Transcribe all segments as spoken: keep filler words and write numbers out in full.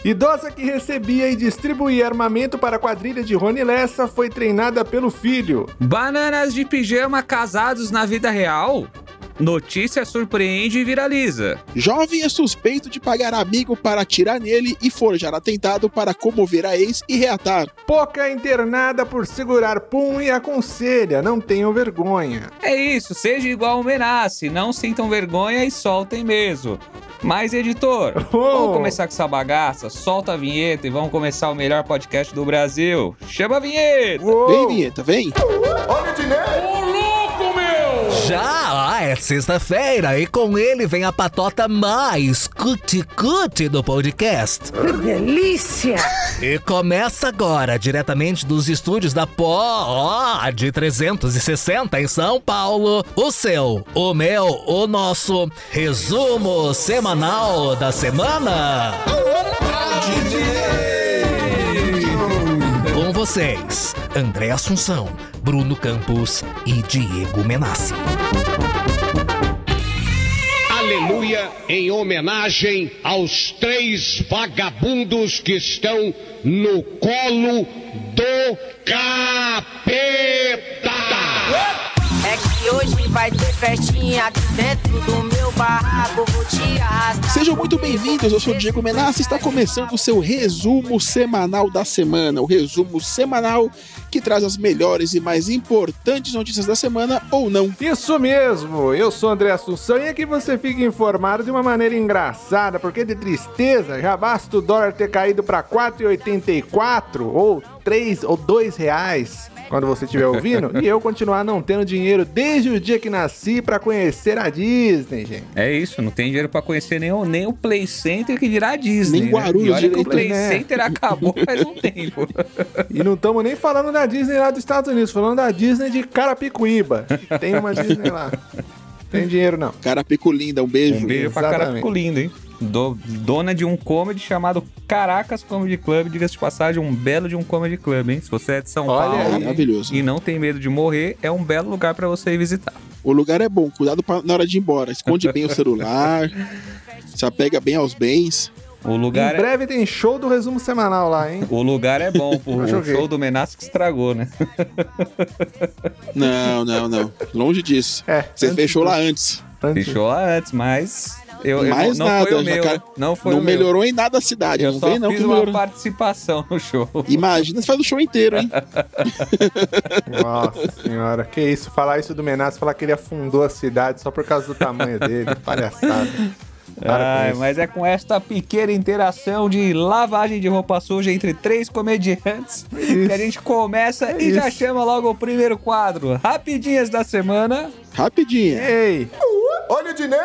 Idosa que recebia e distribuía armamento para a quadrilha de Rony Lessa foi treinada pelo filho. Bananas de pijama casados na vida real? Notícia surpreende e viraliza. Jovem é suspeito de pagar amigo para atirar nele e forjar atentado para comover a ex e reatar. Poca internada por segurar pum e aconselha, não tenham vergonha. É isso, seja igual o Menace, não sintam vergonha e soltem mesmo. Mas, editor, Oh. vamos começar com essa bagaça? Solta a vinheta e vamos começar o melhor podcast do Brasil. Chama a vinheta! Uou. Vem, vinheta, vem. Olha o dinheiro! Já é sexta-feira e com ele vem a patota mais cuti-cuti do podcast. Que delícia! E começa agora, diretamente dos estúdios da Pod trezentos e sessenta em São Paulo, o seu, o meu, o nosso resumo semanal da semana. Com vocês, André Assunção, Bruno Campos e Diego Menace. Aleluia, em homenagem aos três vagabundos que estão no colo do capeta. É que hoje vai ter festinha aqui dentro do meu barraco, vou te arrastar. Sejam muito bem-vindos, eu sou o Diego Menace, está começando o seu resumo semanal da semana, o resumo semanal que traz as melhores e mais importantes notícias da semana ou não. Isso mesmo, eu sou André Assunção e aqui você fica informado de uma maneira engraçada, porque de tristeza já basta o dólar ter caído para quatro reais e oitenta e quatro ou três ou dois reais quando você estiver ouvindo, e eu continuar não tendo dinheiro desde o dia que nasci pra conhecer a Disney, gente. É isso, não tem dinheiro pra conhecer nem o, nem o Play Center que dirá a Disney. Nem né? Guarulhos E olha que o direito, Play né? Center acabou faz um tempo. E não estamos nem falando da Disney lá dos Estados Unidos, falando da Disney de Carapicuíba. Tem uma Disney lá. Tem dinheiro não. Carapico linda, um beijo. Um beijo pra Exatamente. cara ficou lindo, hein? Do, dona de um comedy chamado Caracas Comedy Club, diga-se de passagem, um belo de um comedy club, hein? Se você é de São Olha Paulo aí. Maravilhoso. e não tem medo de morrer, é um belo lugar pra você ir visitar. O lugar é bom, cuidado pra, na hora de ir embora. Esconde bem o celular, se apega bem aos bens. O lugar Em é... breve tem show do resumo semanal lá, hein? O lugar é bom, o, Eu o joguei. show do Menace que estragou, né? Não, não, não. Longe disso. É, Você antes fechou do- lá antes. Antes- Fechou lá antes, mas... Eu, eu- Mais não nada. foi o já meu, ca- não foi não o meu. melhorou em nada a cidade. Eu não só vem não fiz que uma melhorou. participação no show. Imagina se faz o show inteiro, hein? Nossa senhora, que isso, falar isso do Menace, falar que ele afundou a cidade só por causa do tamanho dele, palhaçada. Para com Ai, isso. mas é com esta pequena interação de lavagem de roupa suja entre três comediantes Isso. que a gente começa É e já isso. chama logo o primeiro quadro. Rapidinhas da semana. Rapidinho. Ei, olha o dinheiro!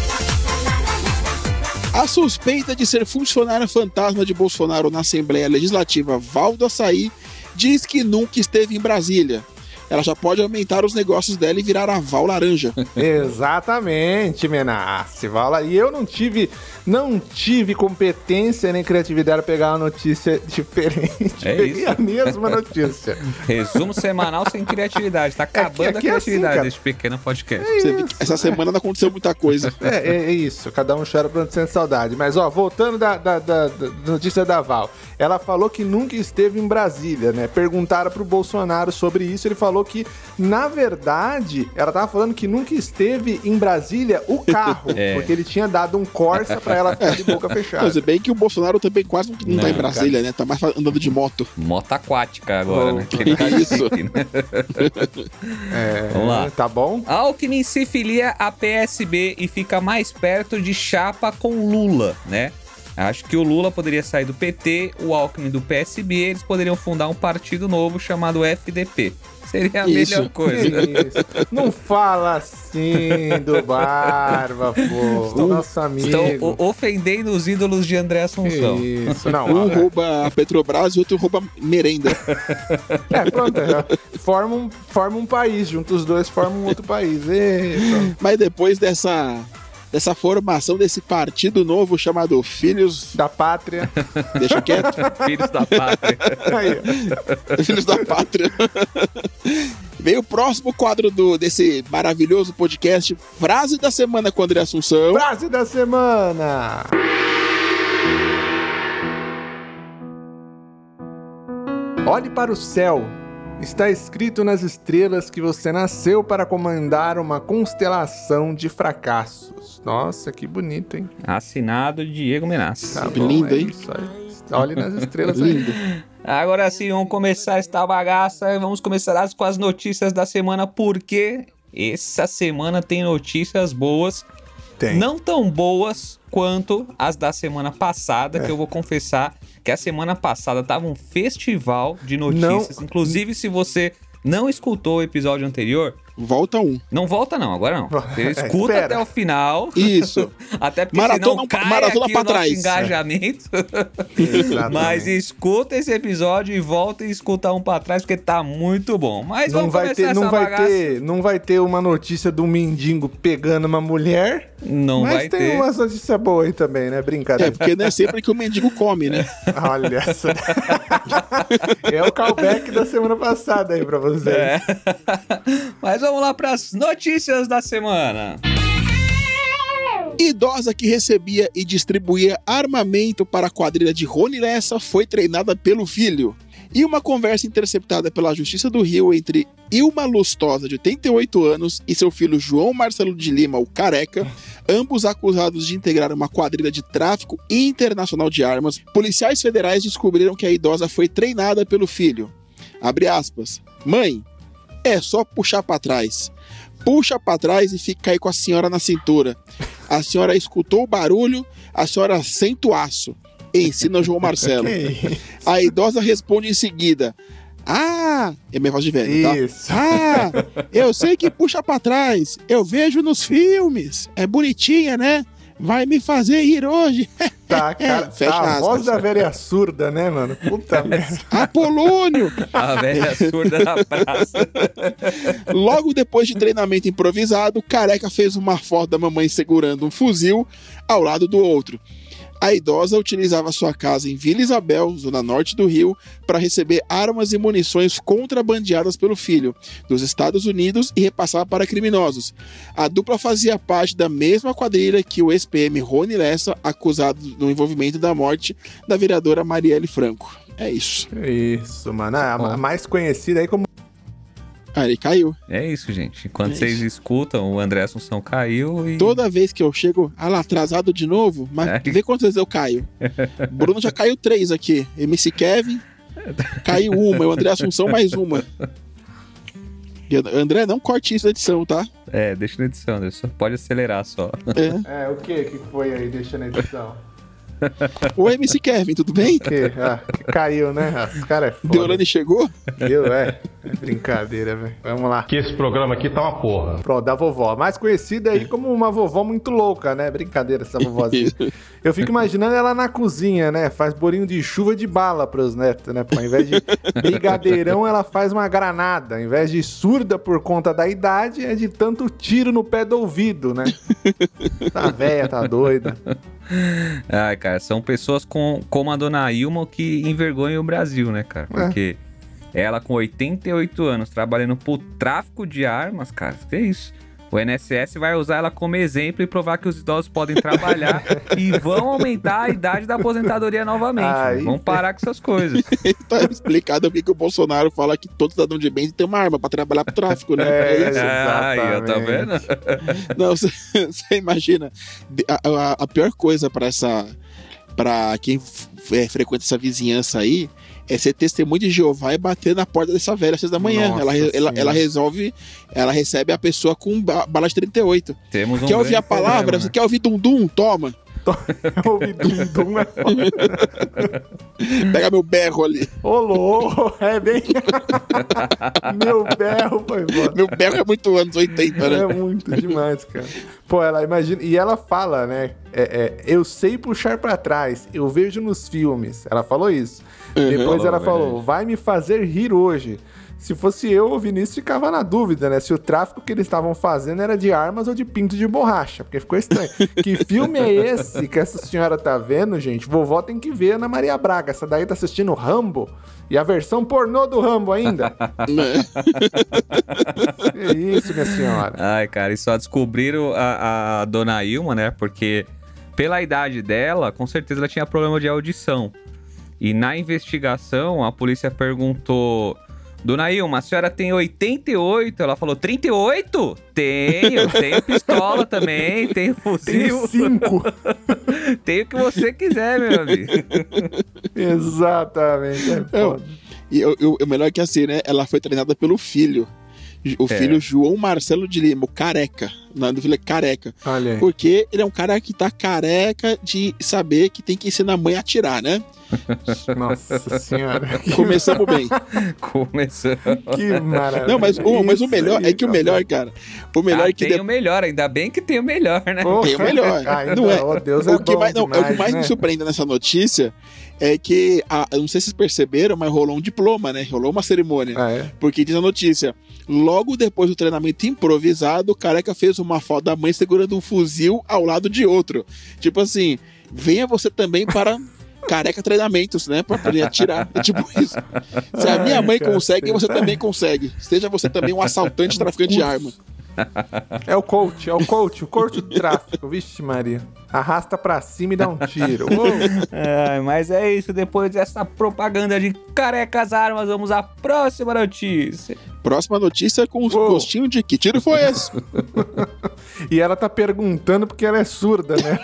A suspeita de ser funcionário fantasma de Bolsonaro na Assembleia Legislativa, Valdo Açaí, diz que nunca esteve em Brasília. Ela já pode aumentar os negócios dela e virar a Val Laranja. Exatamente, Menace, Vala. E eu não tive, não tive competência nem criatividade para pegar uma notícia diferente. É Peguei isso. a mesma notícia. Resumo semanal sem criatividade. Tá acabando aqui é a assim, criatividade cara. desse pequeno podcast. Você vê que essa semana não aconteceu muita coisa. É, é, é isso, cada um chora pra não ter saudade. Mas, ó, voltando da, da, da, da notícia da Val, ela falou que nunca esteve em Brasília, né? Perguntaram pro Bolsonaro sobre isso, ele falou que, na verdade, ela tava falando que nunca esteve em Brasília o carro, É. porque ele tinha dado um Corsa pra ela ficar de boca fechada. Mas é bem que o Bolsonaro também quase não, não tá Não, em Brasília, né? Tá mais andando de moto. Moto aquática agora, Oh, né? Que ele tá isso. chique, né? É, Vamos lá. Tá bom? Alckmin se filia a P S B e fica mais perto de chapa com Lula, né? Acho que o Lula poderia sair do P T, o Alckmin do P S B, eles poderiam fundar um partido novo chamado F D P. Seria a Isso. melhor coisa. Que isso? Não fala assim do Barba, pô. Nosso amigo. Estão o- ofendendo os ídolos de André Assunção. Que isso, não. Um é. rouba a Petrobras e outro rouba merenda. É, pronto. é. Forma um, forma um país, juntos os dois formam um outro país. E, pronto. Mas depois dessa, dessa formação desse partido novo chamado Filhos... Da pátria. Deixa quieto. Filhos da pátria. Aí, ó. Filhos da Pátria. Vem o próximo quadro do, desse maravilhoso podcast, Frase da Semana com André Assunção. Frase da semana. Olhe para o céu. Está escrito nas estrelas que você nasceu para comandar uma constelação de fracassos. Nossa, que bonito, hein? Assinado Diego Menas. Tá Que bom, lindo, é hein? isso aí. Olhe nas estrelas aí. Lindo. Agora sim, vamos começar esta bagaça. Vamos começar com as notícias da semana, porque essa semana tem notícias boas. Tem. Não tão boas quanto as da semana passada, é. que eu vou confessar que a semana passada tava um festival de notícias. Não. Inclusive, se você não escutou o episódio anterior... Volta um. Não volta não, agora não. Você escuta é, até o final. Isso. Até porque maratona, senão cai maratona aqui pra o nosso trás. engajamento. Mas escuta esse episódio e volta e escuta um pra trás, porque tá muito bom. Mas não vamos vai começar ter, essa não vai bagaça. ter, não vai ter uma notícia do mendigo pegando uma mulher. Não mas vai ter. Mas tem umas notícias boas aí também, né? Brincadeira. É, porque não é sempre que o mendigo come, né? Olha essa. É o callback da semana passada aí pra vocês. É. Mas vamos lá pras notícias da semana. Idosa que recebia e distribuía armamento para a quadrilha de Rony Lessa foi treinada pelo filho. E uma conversa interceptada pela Justiça do Rio entre Ilma Lustosa, de oitenta e oito anos, e seu filho João Marcelo de Lima, o Careca, ambos acusados de integrar uma quadrilha de tráfico internacional de armas. Policiais federais descobriram que a idosa foi treinada pelo filho. Abre aspas. Mãe, é só puxar para trás. Puxa para trás e fica aí com a senhora na cintura. A senhora escutou o barulho, a senhora sente o aço. Ensina João Marcelo. A idosa responde em seguida. Ah, é minha voz de velho, tá? Isso. Ah, eu sei que puxa pra trás. Eu vejo nos filmes. É bonitinha, né? Vai me fazer rir hoje. Tá, cara. Fecha Tá, a aspas. voz da velha surda, né, mano? Puta merda. Apolônio. A velha surda na praça. Logo depois de treinamento improvisado, Careca fez uma foto da mamãe segurando um fuzil ao lado do outro. A idosa utilizava sua casa em Vila Isabel, zona norte do Rio, para receber armas e munições contrabandeadas pelo filho, dos Estados Unidos, e repassava para criminosos. A dupla fazia parte da mesma quadrilha que o ex-P M Rony Lessa, acusado do envolvimento da morte da vereadora Marielle Franco. É isso. Isso, mano. A, a mais conhecida aí como... Ah, ele caiu. É isso, gente. Enquanto É vocês isso. escutam, o André Assunção caiu e... Toda vez que eu chego ah lá, atrasado de novo, mas É. vê quantas vezes eu caio. Bruno já caiu três aqui. M C Kevin caiu uma. E o André Assunção mais uma. E, André, não corte isso da edição, tá? É, deixa na edição, André. Só pode acelerar só. É. É, o que que foi aí, deixa na edição? Ô, M C Kevin, tudo bem? Que, ah, que caiu, né? Ah, Os caras é foda. Deolane chegou? Viu? É. É brincadeira, velho. Vamos lá. Que esse programa aqui tá uma porra. Pronto, da vovó. Mais conhecida aí como uma vovó muito louca, né? Brincadeira essa vovozinha. Eu fico imaginando ela na cozinha, né? Faz bolinho de chuva de bala pros netos, né? Ao invés de brigadeirão, ela faz uma granada. Ao invés de surda por conta da idade, é de tanto tiro no pé do ouvido, né? Tá velha, tá doida. Ai, cara, são pessoas com, como a dona Ilma que envergonham o Brasil, né, cara? Porque ela com oitenta e oito anos trabalhando por tráfico de armas, cara, que é isso? O N S S vai usar ela como exemplo e provar que os idosos podem trabalhar e vão aumentar a idade da aposentadoria novamente. Aí, Vamos parar com essas coisas. Tá explicado porque que o Bolsonaro fala que todo cidadão de bem tem uma arma pra trabalhar pro tráfico, né? É, É isso. Ah, aí, ó, tá vendo? Não, você imagina a, a, a pior coisa pra essa, para quem f- é, frequenta essa vizinhança aí, é ser testemunho de Jeová e bater na porta dessa velha às seis da manhã. Nossa Ela, ela, Senhora. ela resolve, ela recebe a pessoa com ba- bala de trinta e oito. Temos um Quer ouvir a grande palavra? problema, Você né? quer ouvir dum-dum? Toma. Ouvi dum-dum é foda. Pega meu berro ali. Ô, louco, é bem... Meu berro foi foda. Meu berro é muito anos oitenta, né? É muito demais, cara. Pô, ela imagina... E ela fala, né? É, é, eu sei puxar pra trás, eu vejo nos filmes. Ela falou isso. Uhum. Depois ela Falou, falou, vai me fazer rir hoje. Se fosse eu, o Vinícius ficava na dúvida, né? Se o tráfico que eles estavam fazendo era de armas ou de pinto de borracha, porque ficou estranho. Que filme é esse que essa senhora tá vendo, gente? Vovó tem que ver Ana Maria Braga. Essa daí tá assistindo Rambo e a versão pornô do Rambo ainda. Que isso, minha senhora. Ai, cara, e só descobriram a, a dona Ilma, né? Porque pela idade dela, com certeza ela tinha problema de audição. E na investigação, a polícia perguntou... Dona Ilma, a senhora tem oitenta e oito? Ela falou, trinta e oito? Tenho, tenho pistola também, tenho fuzil. Tenho cinco. Tenho o que você quiser, meu amigo. Exatamente. É Não, e o, o, o melhor é que assim, né? Ela foi treinada pelo filho. O É. filho João Marcelo de Lima, o careca. O nome do filho é careca. Olha aí. Porque ele é um cara que tá careca de saber que tem que ensinar a mãe a atirar, né? Nossa senhora. Começamos bem. Começou. Que maravilha. Não, mas o, mas o Isso melhor aí, é que o melhor, cara. O melhor Ah, é que tem de- o melhor, ainda bem que tem o melhor, né? Pô, tem o melhor. ainda, Não é? oh, Deus é o que bom mais, não, é o que demais, mais né? me surpreende nessa notícia é que, a, eu não sei se vocês perceberam, mas rolou um diploma, né? Rolou uma cerimônia. Ah, é? Porque diz a notícia, logo depois do treinamento improvisado, o careca fez uma foto da mãe segurando um fuzil ao lado de outro. Tipo assim, venha você também para careca treinamentos, né? Pra poder atirar. É tipo isso. Se a minha mãe Ai, consegue, cacete. você também consegue. Seja você também um assaltante traficante de arma. É o coach, é o coach, o coach do tráfico. Vixe Maria. Arrasta pra cima e dá um tiro. Uou. Ai, mas é isso, depois dessa propaganda de carecas armas, vamos à próxima notícia. Próxima notícia com Uou. gostinho de que tiro foi esse? E ela tá perguntando porque ela é surda, né?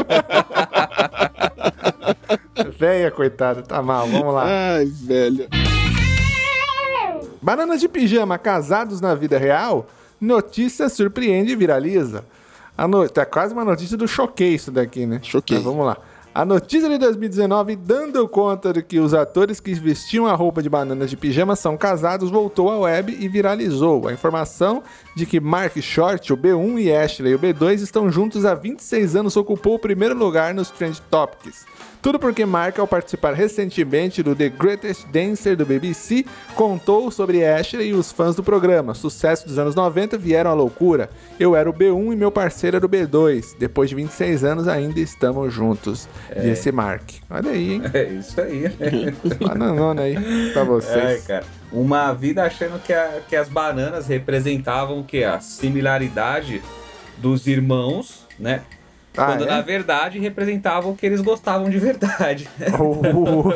Véia, coitada, tá mal, vamos lá. Ai, velho. Bananas de pijama casados na vida real? Notícia surpreende e viraliza. A no... Tá quase uma notícia do choquei isso daqui, né? Choquei. Mas vamos lá. A notícia de dois mil e dezenove, dando conta de que os atores que vestiam a roupa de bananas de pijama são casados, voltou à web e viralizou. A informação de que Mark Short, o B um, e Ashley, o B dois, estão juntos há vinte e seis anos, ocupou o primeiro lugar nos Trend Topics. Tudo porque Mark, ao participar recentemente do The Greatest Dancer do B B C, contou sobre Ashley e os fãs do programa. Sucesso dos anos noventa vieram à loucura. Eu era o B um e meu parceiro era o B dois. Depois de vinte e seis anos ainda estamos juntos. Disse Mark. Olha aí, hein? É isso aí. Bananona aí pra Ai, vocês. cara. Uma vida achando que, a- que as bananas representavam o quê? A similaridade dos irmãos, né? Ah, Quando é? na verdade representavam o que eles gostavam de verdade. Oh,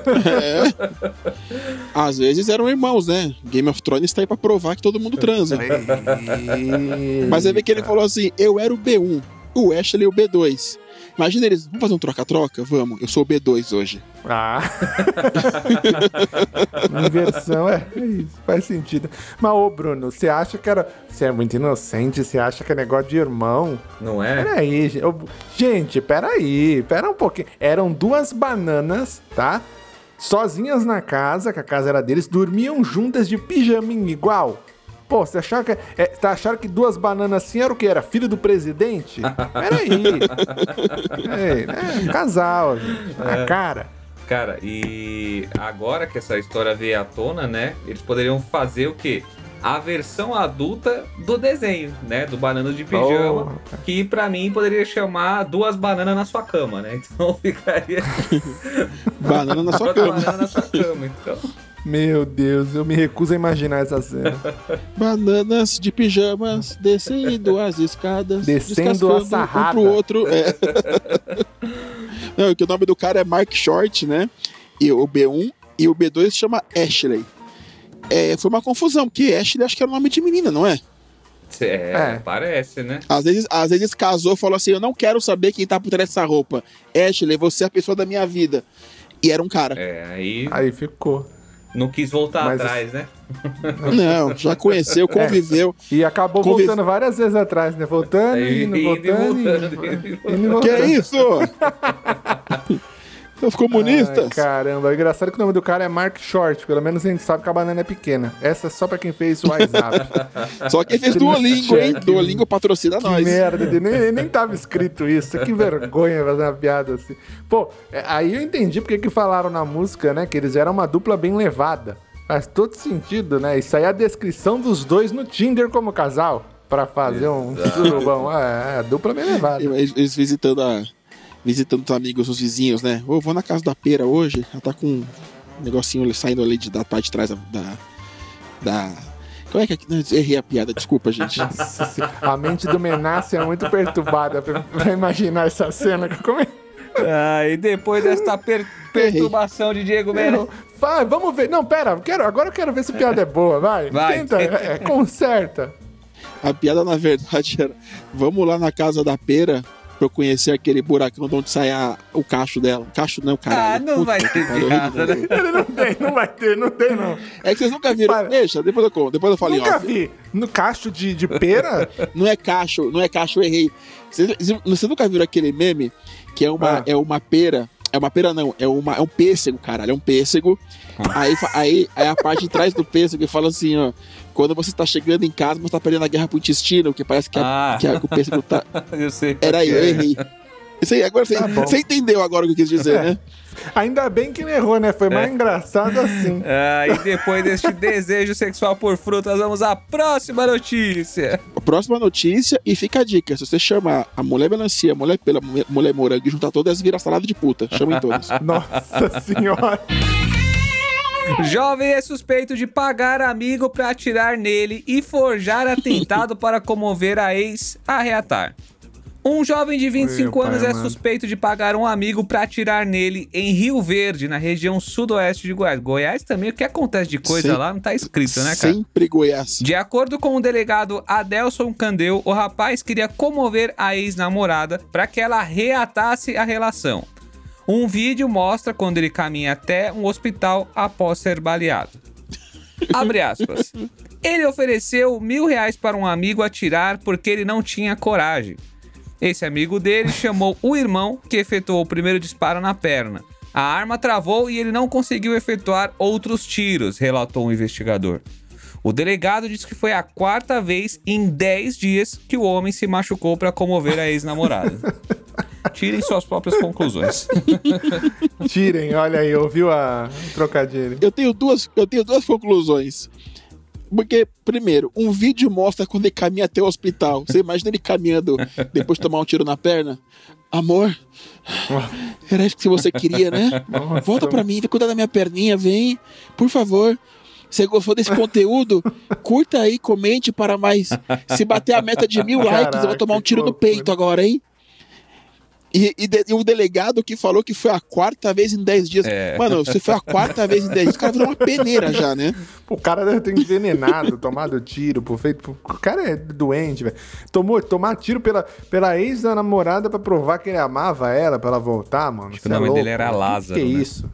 Às vezes eram irmãos, né? Game of Thrones tá aí pra provar que todo mundo transa. Mas aí vê que ele falou assim: eu era o B um, o Ashley o B dois. Imagina eles, vamos fazer um troca-troca? Vamos, eu sou o B dois hoje. Ah. Inversão, é, é isso, faz sentido. Mas, ô Bruno, você acha que era. Você é muito inocente, você acha que é negócio de irmão? Não é? Peraí, gente. Ô, gente, peraí, pera um pouquinho. Eram duas bananas, tá? Sozinhas na casa, que a casa era deles, dormiam juntas de pijaminha igual. Pô, você achava que. É, tá achando que duas bananas assim era o quê? Era filho do presidente? Peraí. Ei, é, casal, gente. A cara. Cara, e agora que essa história veio à tona, né? Eles poderiam fazer o quê? A versão adulta do desenho, né? Do Banana de Pijama, Oh. que pra mim poderia chamar Duas Bananas na Sua Cama, né? Então ficaria Banana na sua Duas cama. Bananas na Sua Cama. Então, Meu Deus, eu me recuso a imaginar essa cena. Bananas de pijamas descendo as escadas. Descendo a descascando sarrada. Um pro outro. É. Não, que o nome do cara é Mark Short, né? E o B um e o B dois chama Ashley. É, foi uma confusão, porque Ashley acho que era o nome de menina, não é? é, É. parece, né? Às vezes, às vezes casou e falou assim: eu não quero saber quem tá por trás dessa roupa. Ashley, você é a pessoa da minha vida. E era um cara. É, aí Aí ficou. não quis voltar Mas atrás, né? Não, já conheceu, conviveu. E acabou Conviv- voltando várias vezes atrás, né? Voltando, Aí, indo, indo e voltando, voltando, indo, indo e indo voltando. e voltando. Que é isso? Os comunistas? Ai, caramba, engraçado que o nome do cara é Mark Short. Pelo menos a gente sabe que a banana é pequena. Essa é só pra quem fez o WhatsApp. Só quem fez Duolingo, hein? Check. Duolingo patrocina Que nós. merda, nem, nem tava escrito isso. Que vergonha fazer uma piada assim. Pô, é, aí eu entendi porque que falaram na música, né? Que eles eram uma dupla bem levada. Faz todo sentido, né? Isso aí é a descrição dos dois no Tinder como casal. Pra fazer um surubão. É, é, dupla bem levada. Eles, eles visitando a. Visitando os amigos, os vizinhos, né? Ô, vou na casa da pera hoje. Ela tá com um negocinho ali saindo ali de- da parte de trás da. da, da- Como é que é? Não, errei a piada, desculpa, gente. Nossa, a mente do Menace é muito perturbada pra, pra imaginar essa cena. Como é? Ah, e depois desta per- perturbação de Diego Melo. Vai, vamos ver. Não, pera, eu quero, agora eu quero ver se a piada é boa, vai. Vai. Tenta, é, conserta. A piada, na verdade, era: vamos lá na casa da pera pra eu conhecer aquele buracão de onde sai a, o cacho dela. Cacho não, caralho. Ah, não Puta vai que ter pariu, piada, né? Ele não tem, não vai ter, não tem, não. É que vocês nunca viram. Para. Deixa, depois eu conto, depois eu falo em Nunca off. vi. No cacho de, de pera? Não é cacho, não é cacho, eu errei. Vocês, vocês nunca viram aquele meme que é uma, Ah. é uma pera. É uma pera, não, é, uma, é um pêssego, caralho, é um pêssego. Aí, fa- aí, aí a parte de trás do pêssego fala assim, ó: quando você tá chegando em casa, mas tá perdendo a guerra pro intestino, que parece que, a, Ah. que, a, que o pêssego tá. Eu sei. Era aí, eu errei. Isso aí, agora você, Tá bom. você entendeu agora o que eu quis dizer, É. né? Ainda bem que ele errou, né? Foi mais engraçado assim. Ah, e depois deste desejo sexual por frutas, vamos à próxima notícia. Próxima notícia, e fica a dica: se você chamar a mulher melancia, a mulher pela, a mulher morango e juntar todas, vira salada de puta. Chamem todas. Nossa senhora. Jovem é suspeito de pagar amigo pra atirar nele e forjar atentado para comover a ex a reatar. Um jovem de vinte e cinco Meu anos pai é amado. suspeito de pagar um amigo pra atirar nele em Rio Verde, na região sudoeste de Goiás. Goiás também, o que acontece de coisa Sem- lá não tá escrito, né, cara? Sempre Goiás. De acordo com o delegado Adelson Candeu, o rapaz queria comover a ex-namorada para que ela reatasse a relação. Um vídeo mostra quando ele caminha até um hospital após ser baleado. Abre aspas. Ele ofereceu mil reais para um amigo atirar porque ele não tinha coragem. Esse amigo dele chamou o irmão, que efetuou o primeiro disparo na perna. A arma travou e ele não conseguiu efetuar outros tiros, relatou um investigador. O delegado disse que foi a quarta vez em dez dias que o homem se machucou para comover a ex-namorada. Tirem suas próprias conclusões. Tirem, olha aí, ouviu a o trocadilho. Eu tenho duas, eu tenho duas conclusões. Porque, primeiro, um vídeo mostra quando ele caminha até o hospital. Você imagina ele caminhando depois de tomar um tiro na perna? Amor, era isso que você queria, né? Nossa. Volta pra mim, vem cuidar da minha perninha, vem. Por favor. Você gostou desse conteúdo? Curta aí, comente para mais. Se bater a meta de mil likes, eu vou Caraca, tomar um tiro que no peito loucura. agora, hein? E, e, de- e o delegado que falou que foi a quarta vez em dez dias. É. Mano, você foi a quarta vez em dez dias, o cara virou uma peneira já, né? O cara deve ter envenenado, tomado tiro, pô, feito. O cara é doente, velho. Tomou, tomar tiro pela, pela ex da namorada pra provar que ele amava ela, pra ela voltar, mano. Acho que Cê o nome é louco, dele era mano. Lázaro, Que, que é né? isso?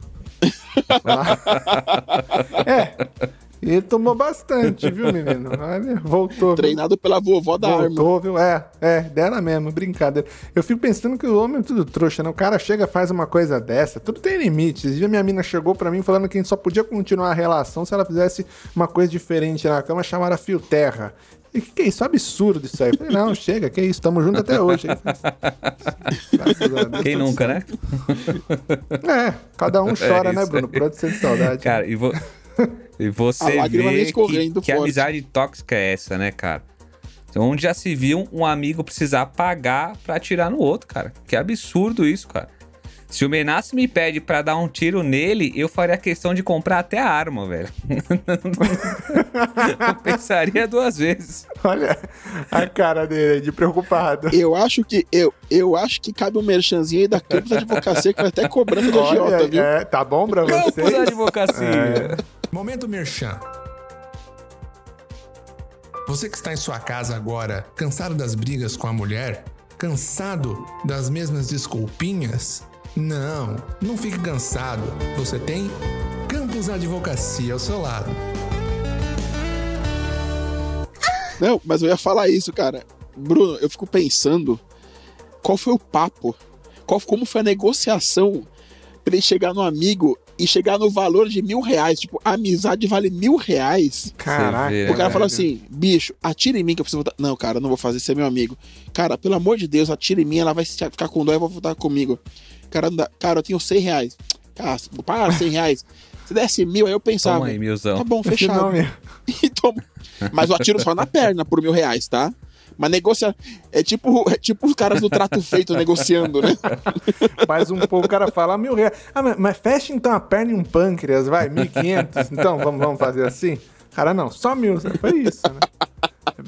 É. Ele tomou bastante, viu, menino? Olha, voltou. viu? Treinado pela vovó da arma. Voltou, viu? É, é, dela mesmo, brincadeira. Eu fico pensando que o homem é tudo trouxa, né? O cara chega, faz uma coisa dessa, tudo tem limite. Esse dia minha mina chegou pra mim falando que a gente só podia continuar a relação se ela fizesse uma coisa diferente na cama chamada fio terra. E que que é isso? Absurdo isso aí. Eu falei, não, chega, que isso, tamo junto até hoje. Aí, graças a Deus, Quem tudo nunca, né? certo. É, cada um chora, né, isso Bruno? aí. Por de ser saudade. Cara, e, vo... e você A lágrima vem vê escorrendo que, que forte. amizade tóxica é essa, né, cara? Então, onde já se viu um amigo precisar pagar pra atirar no outro, cara. Que absurdo isso, cara. Se o Menace me pede pra dar um tiro nele, eu faria questão de comprar até a arma, velho. Eu pensaria duas vezes. Olha a cara dele, de preocupado. Eu acho que eu, eu acho que cabe um merchanzinho aí da Campos Advocacia que vai até cobrança do agiota, Olha, viu? é, tá bom pra Campos vocês? Advocacia. Momento Merchan. Você que está em sua casa agora, cansado das brigas com a mulher? Cansado das mesmas desculpinhas? Não, não fique cansado. Você tem Campos Advocacia ao seu lado. Não, mas eu ia falar isso, cara. Bruno, eu fico pensando qual foi o papo, qual, como foi a negociação pra ele chegar no amigo e chegar no valor de mil reais. Tipo, a amizade vale mil reais. Caraca. Você vê, O cara velho. falou assim, bicho, atira em mim que eu preciso voltar. Não, cara, eu não vou fazer, você é meu amigo. Cara, pelo amor de Deus, atira em mim, ela vai ficar com dó e vai voltar comigo. Cara, não dá. Cara, eu tenho cem reais. Cara, para, cem reais. Se desse mil, aí eu pensava. Toma aí, milzão. Tá bom, Não, fechado. meu. E toma. Mas eu atiro só na perna por mil reais, tá? Mas negocia... É tipo, é tipo os caras do trato feito negociando, né? Mais um pouco o cara fala mil reais. Ah, mas, mas fecha então a perna e um pâncreas, vai, mil e quinhentos. Então, vamos, vamos fazer assim? Cara, não, só mil. Foi isso, né?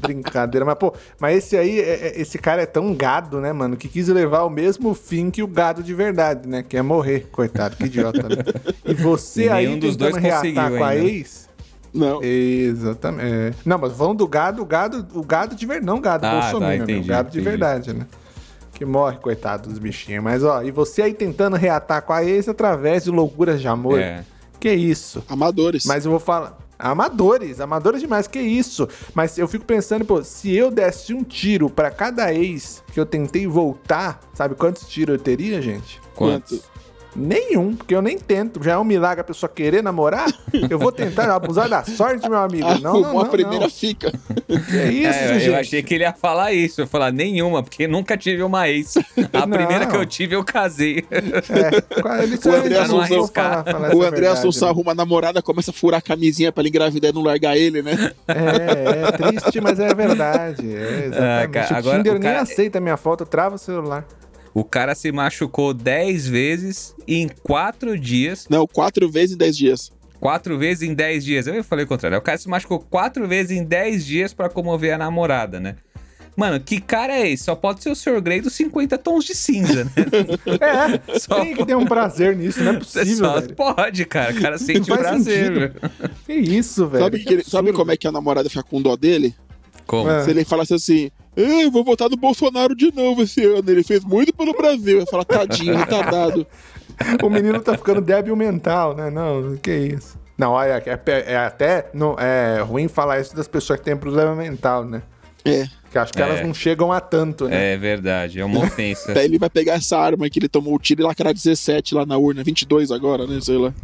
brincadeira. Mas, pô, mas esse aí, é, é, esse cara é tão gado, né, mano, que quis levar o mesmo fim que o gado de verdade, né? Que é morrer, coitado, que idiota, né? E você E aí nenhum dos tentando dois reatar conseguiu com a ainda. ex... Não. Exatamente. É. Não, mas falando do gado, o gado, o gado de verdade, não o gado Ah, bolsominion, tá, né? entendi, O gado de entendi. verdade, né? Que morre, coitado dos bichinhos. Mas, ó, e você aí tentando reatar com a ex através de loucuras de amor. É. Que isso? Amadores. Mas eu vou falar... Amadores, amadores demais, que isso? Mas eu fico pensando, pô, se eu desse um tiro pra cada ex que eu tentei voltar, sabe quantos tiros eu teria, gente? Quantos? Nenhum, porque eu nem tento. Já é um milagre a pessoa querer namorar. Eu vou tentar abusar da sorte, meu amigo. Não, não, Arrumou não, a primeira não. fica. Que isso, É, gente? eu achei que ele ia falar isso. Eu ia falar nenhuma, porque nunca tive uma ex. A Não. primeira que eu tive, eu casei. É, qual- ele O André eu não vou Assunção- falar- falar O essa André verdade, Assunção né? arruma a namorada, começa a furar a camisinha pra ele engravidar e não largar ele, né? É, é triste, mas é verdade. É, exatamente. Ah, cara, o agora Tinder o nem cara- aceita a minha foto, trava o celular. O cara se machucou dez vezes em quatro dias. Não, quatro vezes em dez dias. Quatro vezes em dez dias. Eu falei o contrário. O cara se machucou quatro vezes em dez dias pra comover a namorada, né? Mano, que cara é esse? Só pode ser o senhor Grey dos cinquenta tons de cinza, né? É, Só tem que ter um prazer nisso, não é possível, Só velho. pode, cara. O cara sente Não faz prazer, sentido. velho. Que isso, velho. Sabe, que ele- sabe como é que a namorada fica com dó dele? Como? É. Se ele falasse assim, "Ah, eu vou votar no Bolsonaro de novo esse ano, ele fez muito pelo Brasil. Eu falo, tadinho, retardado. O menino tá ficando débil mental, né? Não, que isso. Não, olha, é, é até não, é ruim falar isso das pessoas que têm problema mental, né? É. Que acho que É. elas não chegam a tanto, né? É verdade, é uma ofensa. Daí ele vai pegar essa arma que ele tomou o tiro e lacrar dezessete lá na urna, vinte e dois agora, né? Sei lá.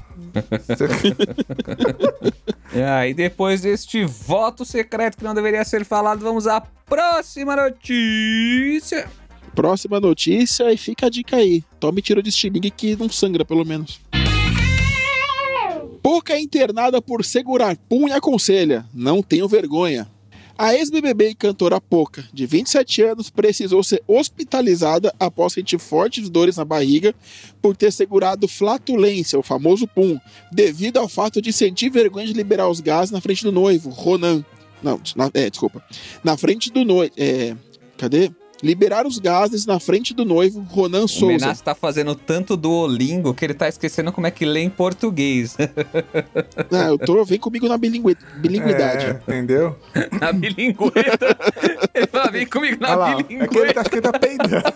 Ah, e depois deste voto secreto que não deveria ser falado, vamos à próxima notícia. Próxima notícia e fica a dica aí. Tome tiro de estilingue que não sangra, pelo menos. Poca é internada por segurar pum e aconselha. Não tenho vergonha. A ex-B B B e cantora Poca, de vinte e sete anos, precisou ser hospitalizada após sentir fortes dores na barriga por ter segurado flatulência, o famoso pum, devido ao fato de sentir vergonha de liberar os gases na frente do noivo, Ronan. Não, na, é, desculpa. Na frente do noivo. É, cadê? Liberar os gases na frente do noivo, Ronan O Souza. Menace tá fazendo tanto Duolingo que ele tá esquecendo como é que lê em português. Ah, eu tô, vem comigo na bilingui, bilinguidade. É, entendeu? Na bilingueta. Ele fala, vem comigo na Olha lá, é que ele bilingueta. tá, acho que ele tá peidando.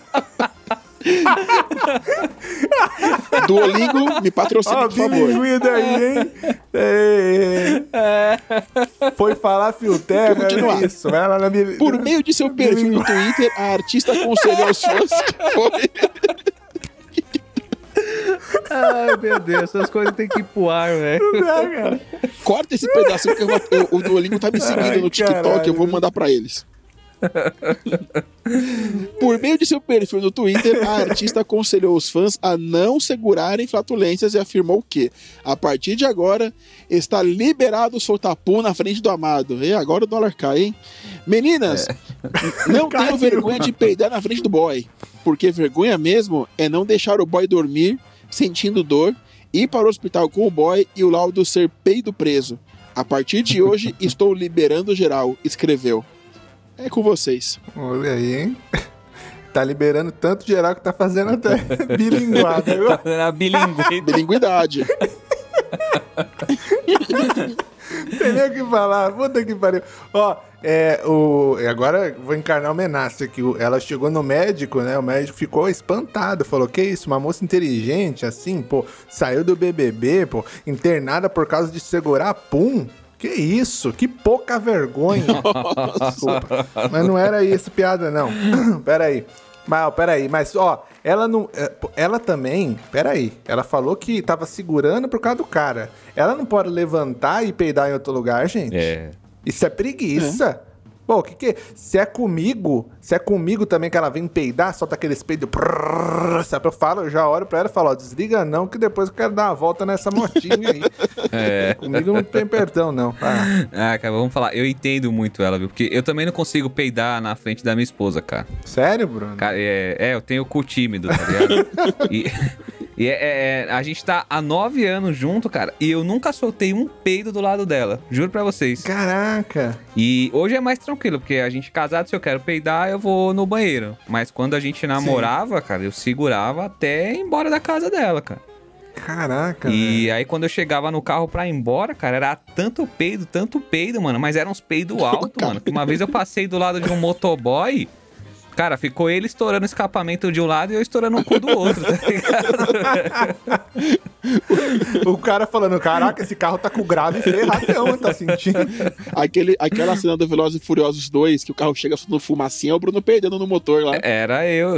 Duolingo, me patrocina, Ó, por favor. bilinguida aí, hein? Ei, ei. Foi falar fio terra, Vou continuar. é isso. Vai lá na bilinguida. Por meio de seu perfil no Twitter, a artista aconselhou aos fãs que foi... Ai, meu Deus, essas coisas tem que ir pro ar, velho. Corta esse pedacinho que eu vou- eu- o Duolingo tá me seguindo Ai, no TikTok, caralho. eu vou mandar pra eles. Por meio de seu perfil no Twitter, a artista aconselhou os fãs a não segurarem flatulências e afirmou que, a partir de agora, está liberado soltar pum na frente do amado. E agora o dólar cai, hein? Meninas, não tenham Caiu. vergonha de peidar na frente do boy, porque vergonha mesmo é não deixar o boy dormir, sentindo dor, ir para o hospital com o boy e o laudo ser peido preso. A partir de hoje, estou liberando geral, escreveu. É com vocês. Olha aí, hein? Tá liberando tanto geral que tá fazendo até bilinguada. Tá fazendo a bilingueta. Bilinguidade. Não tem nem o que falar. Puta que pariu. Ó, é, o... agora eu vou encarnar o Menace aqui. O- Ela chegou no médico, né? O médico ficou espantado. Falou, que isso? Uma moça inteligente, assim, pô, saiu do B B B, pô, internada por causa de segurar pum. Que isso? Que pouca vergonha. Desculpa. Mas não era isso piada, não. Pera aí. Mas, ó, pera aí. Mas, ó, ela não... é, pô, ela também... Pera aí. Ela falou que tava segurando por causa do cara. Ela não pode levantar e peidar em outro lugar, gente? É. Isso é preguiça. Pô, o que que... Se é comigo... Se é comigo também que ela vem peidar, solta aqueles peidos... prrr, sabe? Eu falo, eu já olho pra ela e falo, ó, desliga não, que depois eu quero dar uma volta nessa motinha aí. É. Comigo não tem perdão, não. Ah, Ah, cara, vamos falar. Eu entendo muito ela, viu? Porque eu também não consigo peidar na frente da minha esposa, cara. sério, Bruno? Cara, é, é, eu tenho cu tímido, tá ligado? E, E é, é, a gente tá há nove anos junto, cara, e eu nunca soltei um peido do lado dela. Juro pra vocês. Caraca. E hoje é mais tranquilo, porque a gente casado, se eu quero peidar, eu vou no banheiro. Mas quando a gente namorava, Sim. cara, eu segurava até ir embora da casa dela, cara. Caraca, E velho. aí quando eu chegava no carro pra ir embora, cara, era tanto peido, tanto peido, mano. Mas eram uns peidos altos, mano. Que uma vez eu passei do lado de um motoboy... Cara, ficou ele estourando o escapamento de um lado e eu estourando o cu do outro, tá ligado? O cara falando, caraca, esse carro tá com o grave ferradão, tá sentindo? Aquele, aquela cena do Velozes e Furiosos dois, que o carro chega no fumacinha, é o Bruno perdendo no motor lá. Era eu.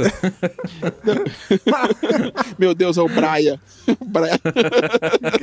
Meu Deus, é o Braia. Braia. Que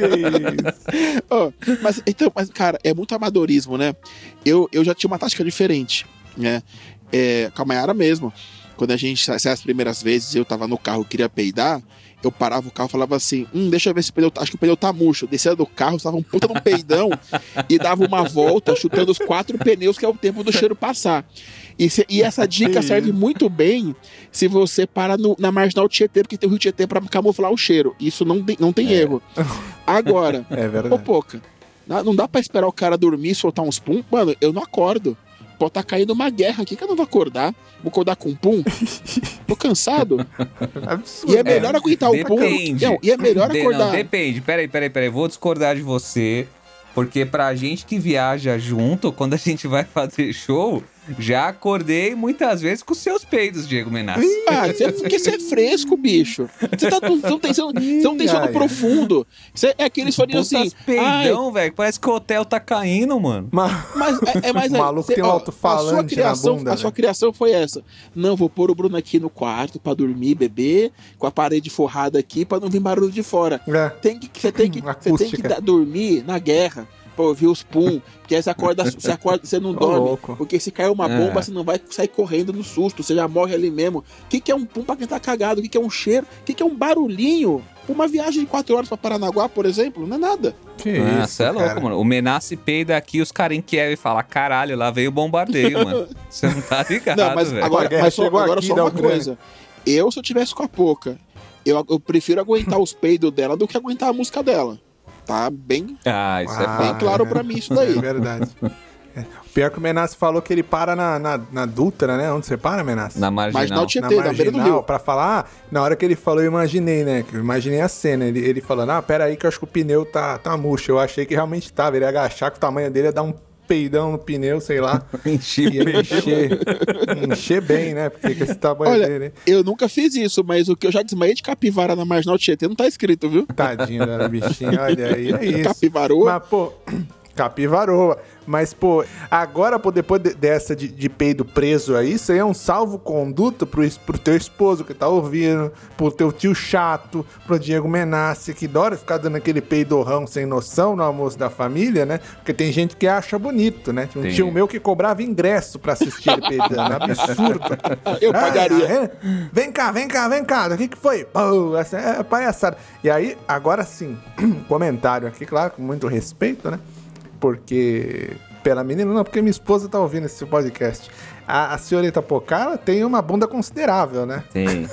isso? Oh, mas, então, mas, cara, é muito amadorismo, né? Eu, eu já tinha uma tática diferente, né? É, com a Mayara mesmo. Quando a gente, as primeiras vezes, eu tava no carro e queria peidar, eu parava o carro e falava assim, hum, deixa eu ver se o pneu, acho que o pneu tá murcho. Eu descia do carro, tava um puta de um peidão e dava uma volta chutando os quatro pneus, que é o tempo do cheiro passar. E, se, e essa dica serve muito bem se você para no, na Marginal Tietê, porque tem o Rio Tietê pra camuflar o cheiro. Isso não, não tem É. erro. Agora, É verdade. ô Poca, não dá pra esperar o cara dormir e soltar uns pum? Mano, eu não acordo. Pode tá caindo uma guerra aqui que eu não vou acordar. Vou acordar com pum. Tô cansado. Absurdo. E é melhor aguentar o pum. Depende. Não, e é melhor De- acordar. Não, depende. Peraí, peraí, peraí. Vou discordar de você. Porque pra gente que viaja junto, quando a gente vai fazer show, já acordei muitas vezes com seus peidos, Diego Menassi. Ah, você- porque você é fresco, bicho. Você, tá, você não tem, você não, você não tem sono ai. profundo. Você é aqueles farinhos assim. Putas peidão, velho. Parece que o hotel tá caindo, mano. Mas... Mas é, é mais O maluco você- tem um ó, alto-falante a sua na criação, bunda, A sua velho. criação foi essa. Não, vou pôr o Bruno aqui no quarto pra dormir, beber, com a parede forrada aqui pra não vir barulho de fora. É. Tem que, você tem que, você tem que Acústica. dar- dormir na guerra. Pra ouvir os pum, porque aí você acorda, você acorda, você não Ô, dorme. louco. Porque se cair uma É. bomba, você não vai sair correndo no susto, você já morre ali mesmo. O que, que é um pum pra quem tá cagado? O que, que é um cheiro? O que, que é um barulhinho? Uma viagem de quatro horas pra Paranaguá, por exemplo, não é nada. Que Ah, isso, você é louco, cara. mano. O Menassi peida aqui, os caras em Kiev falam, caralho, lá veio o bombardeio, mano. Você não tá ligado, Não, mas velho. agora, A guerra mas só, chegou agora aqui só da uma Ucrânia. coisa. Eu, se eu tivesse com a Poca, eu, eu prefiro aguentar os peidos dela do que aguentar a música dela. Tá bem, Ah, isso é Ah, bem foda. claro é. pra mim isso daí. É verdade. É. Pior que o Menassi falou que ele para na, na, na Dutra, né? Onde você para, Menassi? Na Marginal marginal. Tietê, na beira do rio. pra falar, ah, na hora que ele falou, eu imaginei, né? Que eu imaginei a cena. Ele, ele falando, ah, pera aí que eu acho que o pneu tá, tá murcho. Eu achei que realmente tava. Ele ia agachar que o tamanho dele ia dar um peidão no pneu, sei lá. Enchi Ia encher. encher bem, né? Porque com esse tamanho Olha, dele. eu nunca fiz isso, mas o que eu já desmaiei de capivara na Marginal Tietê não tá escrito, viu? Tadinho da bichinha, olha aí, é isso. Capivaroa. Mas, pô, capivaroa. Mas, pô, agora, pô, depois de- dessa de, de peido preso aí, isso aí é um salvo-conduto pro, es- pro teu esposo que tá ouvindo, pro teu tio chato, pro Diego Menassi, que adora ficar dando aquele peidorrão sem noção no almoço da família, né? Porque tem gente que acha bonito, né? Tinha um Tem. tio meu que cobrava ingresso pra assistir ele peidando. Absurdo. Eu Ah, pagaria. é? Vem cá, vem cá, vem cá. O que que foi? Pô, essa é palhaçada. E aí, agora sim, comentário aqui, claro, com muito respeito, né? Porque... Pela menina, não, porque minha esposa tá ouvindo esse podcast. A, a senhorita Pocá, ela tem uma bunda considerável, né? Tem.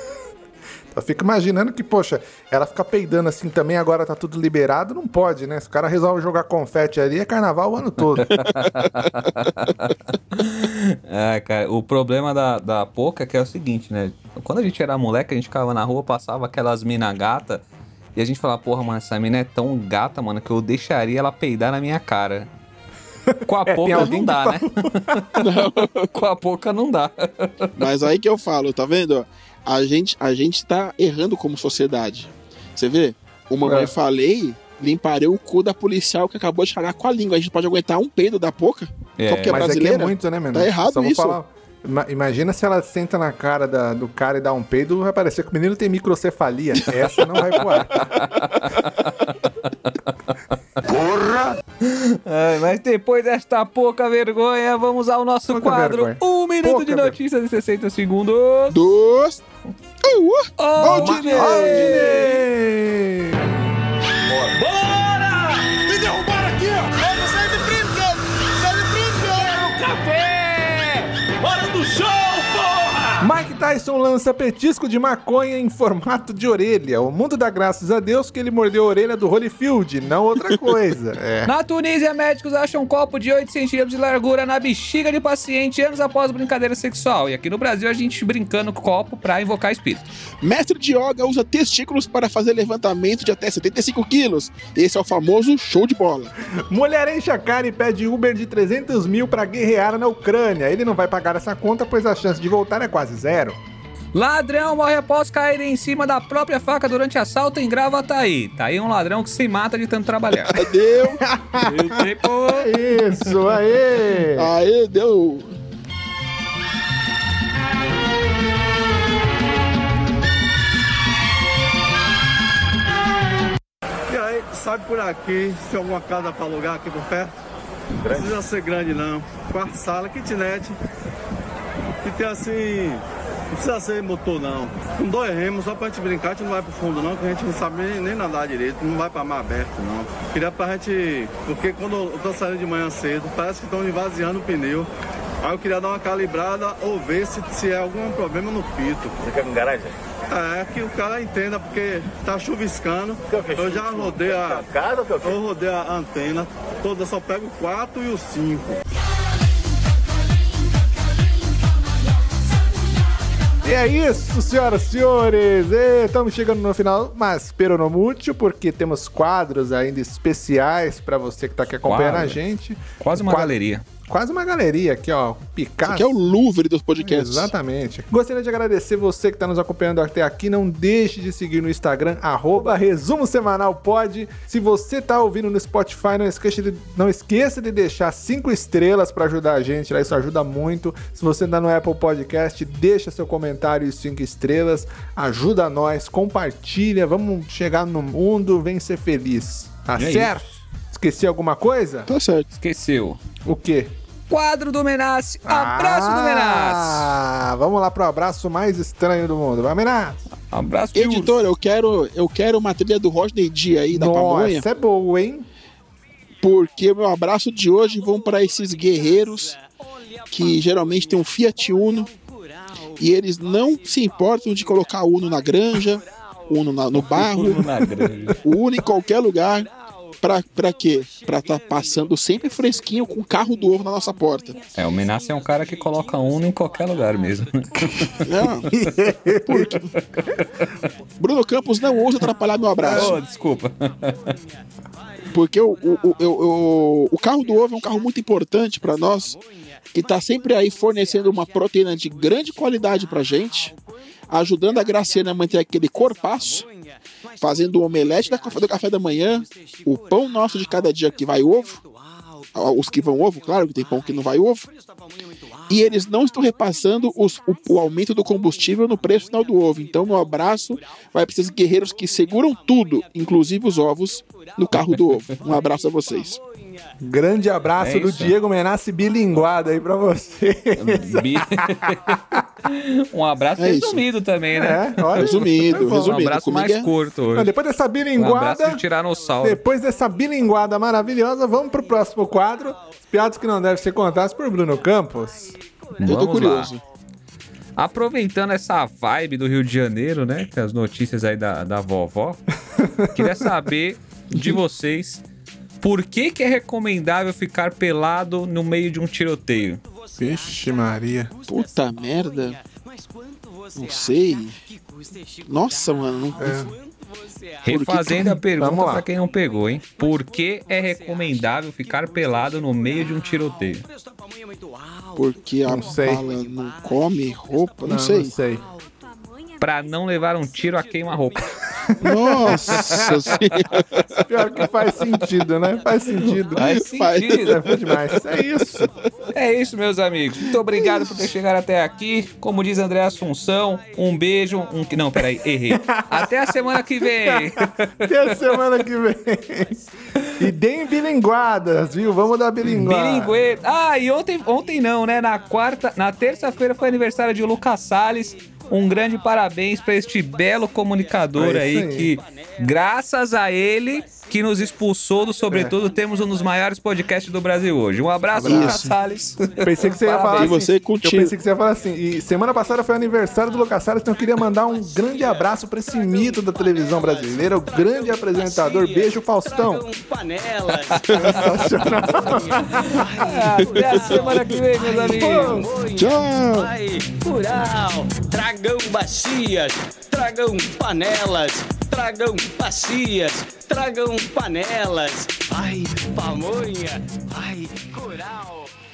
Eu fico imaginando que, poxa, ela fica peidando assim também, agora tá tudo liberado, não pode, né? Se o cara resolve jogar confete ali, é carnaval o ano todo. É, cara, o problema da, da Poca é que é o seguinte, né? Quando a gente era moleque, a gente ficava na rua, passava aquelas mina gata e a gente falava, porra, mano, essa mina é tão gata, mano, que eu deixaria ela peidar na minha cara. Com a É, tem Poca alguém não que dá, né? Com a Poca não dá. Mas aí que eu falo, tá vendo? A gente, a gente tá errando como sociedade. Você vê? O mamãe É. falei, limparei o cu da policial que acabou de cagar com a língua. A gente pode aguentar um peido da Poca? É. Só porque é Mas aqui é brasileira? muito, né, menino? Tá errado Só vou isso. falar. Ima- Imagina se ela senta na cara da- do cara e dá um peido, vai parecer que o menino tem microcefalia. Essa não vai pro ar. Ai, mas depois desta pouca vergonha, vamos ao nosso Pouca quadro vergonha. Um Minuto Pouca de ver- Notícias em sessenta Segundos. Dos... Uh, Aldinei! Aldinei! Me derrubaram aqui, ó! Sai de frente, cara! Sai de frente, cara! Quero café! Hora do show, porra! Mike Tyson lança petisco de maconha em formato de orelha. O mundo dá graças a Deus que ele mordeu a orelha do Holyfield, não outra coisa. É. Na Tunísia, médicos acham um copo de oito centímetros de largura na bexiga de paciente anos após brincadeira sexual. E aqui no Brasil, a gente brincando com copo pra invocar espírito. Mestre de yoga usa testículos para fazer levantamento de até setenta e cinco quilos. Esse é o famoso show de bola. Mulher enche a cara e pede Uber de trezentos mil pra guerrear na Ucrânia. Ele não vai pagar essa conta, pois a chance de voltar é quase zero. Ladrão morre após cair em cima da própria faca durante assalto em Gravataí. Tá aí um ladrão que se mata de tanto trabalhar. Deu. Isso, aê. Aê, deu. E aí, sabe por aqui se tem alguma casa pra alugar aqui por perto? Não precisa ser grande não. Quarto, sala, kitnet. Que tem assim... Não precisa ser motor não. Com dois remos, só pra gente brincar, a gente não vai pro fundo não, que a gente não sabe nem, nem nadar direito, não vai pra mar aberto não. Queria pra gente... Porque quando eu tô saindo de manhã cedo, parece que estão esvaziando o pneu. Aí eu queria dar uma calibrada ou ver se, se é algum problema no pito. Você quer com garagem? É, que o cara entenda, porque tá chuviscando. Eu já rodei a... Eu rodei a antena toda, só pego o quatro e o cinco. E é isso, senhoras e senhores. Estamos chegando no final, mas pero no mútil, porque temos quadros ainda especiais para você que está aqui acompanhando Quadro. a gente. Quase uma Quadro. galeria. Quase uma galeria aqui, ó. Picasso. Isso aqui é o Louvre dos podcasts. Exatamente. Gostaria de agradecer você que está nos acompanhando até aqui. Não deixe de seguir no Instagram, arroba Resumo Semanal Pod. Se você tá ouvindo no Spotify, não esqueça de, não esqueça de deixar cinco estrelas para ajudar a gente. Lá, isso ajuda muito. Se você tá no Apple Podcast, deixa seu comentário e cinco estrelas. Ajuda nós, compartilha. Vamos chegar no mundo, vem ser feliz. Tá é certo? Isso. Esqueci alguma coisa? Tá certo. Esqueceu. O quê? Quadro do Menace. Abraço ah, do Menace. Ah, vamos lá pro abraço mais estranho do mundo. Vai, Menace. Abraço de Editor, eu quero, eu quero uma trilha do Rodney D aí da Pamonha. Nossa, é boa, hein? Porque o meu abraço de hoje vão para esses guerreiros que geralmente tem um Fiat Uno e eles não se importam de colocar Uno na granja, Uno na, no barro, Uno na granja. Uno em qualquer lugar. Pra, pra quê? Pra tá passando sempre fresquinho com o carro do ovo na nossa porta. É, o Menace é um cara que coloca Uno em qualquer lugar mesmo. Não. Porque... Bruno Campos não ousa atrapalhar meu abraço. Oh, desculpa. Porque o, o, o, o, o carro do ovo é um carro muito importante pra nós, que tá sempre aí fornecendo uma proteína de grande qualidade pra gente, ajudando a Graciana a manter aquele corpaço, fazendo o omelete do café da manhã, o pão nosso de cada dia que vai ovo, os que vão ovo, claro que tem pão que não vai ovo, e eles não estão repassando os, o, o aumento do combustível no preço final do ovo. Então meu abraço vai para esses guerreiros que seguram tudo, inclusive os ovos, no carro do ovo. Um abraço a vocês. Grande abraço é do Diego Menace bilinguado aí pra você. Um abraço é resumido isso. também, né? É, olha, resumido, resumido. Um abraço mais é... curto hoje. Não, depois dessa bilinguada... Um abraço de tiranossauro. Depois dessa bilinguada maravilhosa, vamos pro próximo quadro. As piadas que não devem ser contadas por Bruno Campos. Vamos Eu tô curioso. Lá. Aproveitando essa vibe do Rio de Janeiro, né? Que as notícias aí da, da vovó. Queria saber de vocês... Por que que é recomendável ficar pelado no meio de um tiroteio? Vixe Maria. Puta merda. Não sei. Nossa, mano. Não... É. Refazendo a pergunta pra quem não pegou, hein? Por que é recomendável ficar pelado no meio de um tiroteio? Porque a bala não come roupa? Não, não sei. Não sei. Pra não levar um tiro a queima-roupa. Nossa senhora. Pior que faz sentido, né? Faz sentido. Faz sentido. É, foi demais. É isso. É isso, meus amigos. Muito obrigado por ter chegado até aqui. Como diz André Assunção, um beijo. Um... Não, peraí, errei. Até a semana que vem. Até a semana que vem. E deem bilinguadas, viu? Vamos dar bilinguada. Bilingueta. Ah, e ontem, ontem não, né? Na quarta, na terça-feira foi aniversário de Lucas Salles. Um grande parabéns para este belo comunicador é aí, aí que, graças a ele, que nos expulsou do Sobretudo. É. Temos um dos maiores podcasts do Brasil hoje. Um abraço, Lucas Salles. Pensei que você ia falar assim. Você eu pensei que você ia falar assim. E semana passada foi aniversário do Lucas Salles, então eu queria mandar um grande abraço pra esse mito da televisão brasileira, o grande apresentador. Beijo, Faustão. Panelas. Sensacional. Até a semana que vem, meus amigos. Tchau. Ai, Rural. Tragam bacias. Tragam panelas. Tragam bacias. Tragam panelas. Ai, pamonha. Ai, Rural.